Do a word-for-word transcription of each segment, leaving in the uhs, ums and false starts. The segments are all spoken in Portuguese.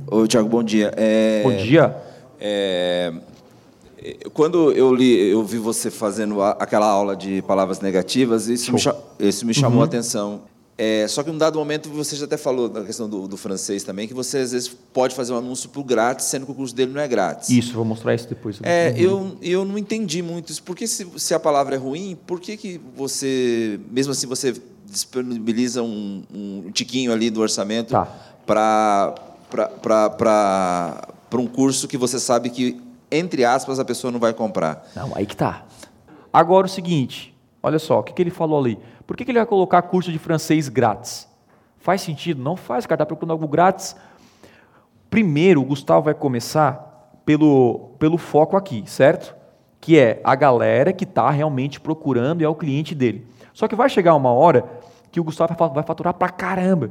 Ô, Thiago, bom dia. É, Bom dia. É, quando eu li, eu vi você fazendo a, aquela aula de palavras negativas, isso, me, isso me chamou uhum. a atenção. É, só que em um dado momento você já até falou na questão do, do francês também, que você às vezes pode fazer um anúncio por grátis, sendo que o curso dele não é grátis. Isso, vou mostrar isso depois. É, uhum. eu, eu não entendi muito isso. Porque se, se a palavra é ruim, por que, que você, mesmo assim, você disponibiliza um, um tiquinho ali do orçamento tá. para para um curso que você sabe que, entre aspas, a pessoa não vai comprar? Não, aí que tá. Agora o seguinte, olha só, o que, que ele falou ali? Por que, que ele vai colocar curso de francês grátis? Faz sentido? Não faz, cara, está procurando algo grátis. Primeiro, o Gustavo vai começar pelo, pelo foco aqui, certo? Que é a galera que está realmente procurando e é o cliente dele. Só que vai chegar uma hora que o Gustavo vai faturar pra caramba.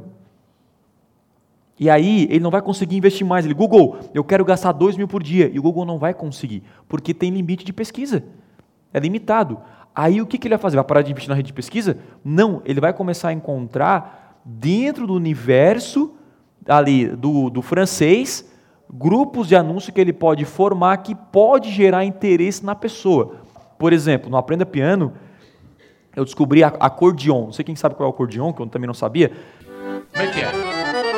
E aí, ele não vai conseguir investir mais. Ele, Google, eu quero gastar dois mil por dia. E o Google não vai conseguir, porque tem limite de pesquisa. É limitado. Aí, o que, que ele vai fazer? Vai parar de investir na rede de pesquisa? Não, ele vai começar a encontrar, dentro do universo ali do, do francês, grupos de anúncio que ele pode formar que pode gerar interesse na pessoa. Por exemplo, no Aprenda Piano, eu descobri a acordeon. Não sei quem sabe qual é o acordeon, que eu também não sabia. Como é que é?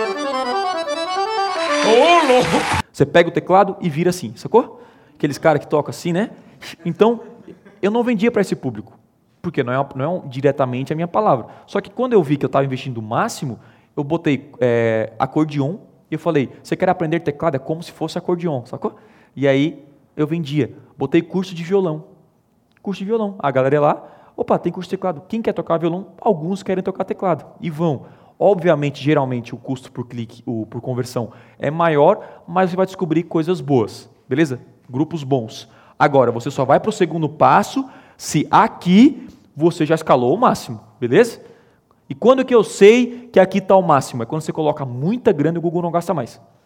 Você pega o teclado e vira assim, sacou? Aqueles caras que tocam assim, né? Então, eu não vendia para esse público, porque não é, não é diretamente a minha palavra. Só que quando eu vi que eu estava investindo o máximo, eu botei é, acordeon e eu falei, você quer aprender teclado? É como se fosse acordeon, sacou? E aí, eu vendia. Botei curso de violão. Curso de violão. A galera ia lá, opa, tem curso de teclado. Quem quer tocar violão? Alguns querem tocar teclado. E vão. Obviamente, geralmente, o custo por clique, o, por conversão é maior, mas você vai descobrir coisas boas, beleza? Grupos bons. Agora, você só vai para o segundo passo se aqui você já escalou o máximo, beleza? E quando que eu sei que aqui está o máximo? É quando você coloca muita grana e o Google não gasta mais.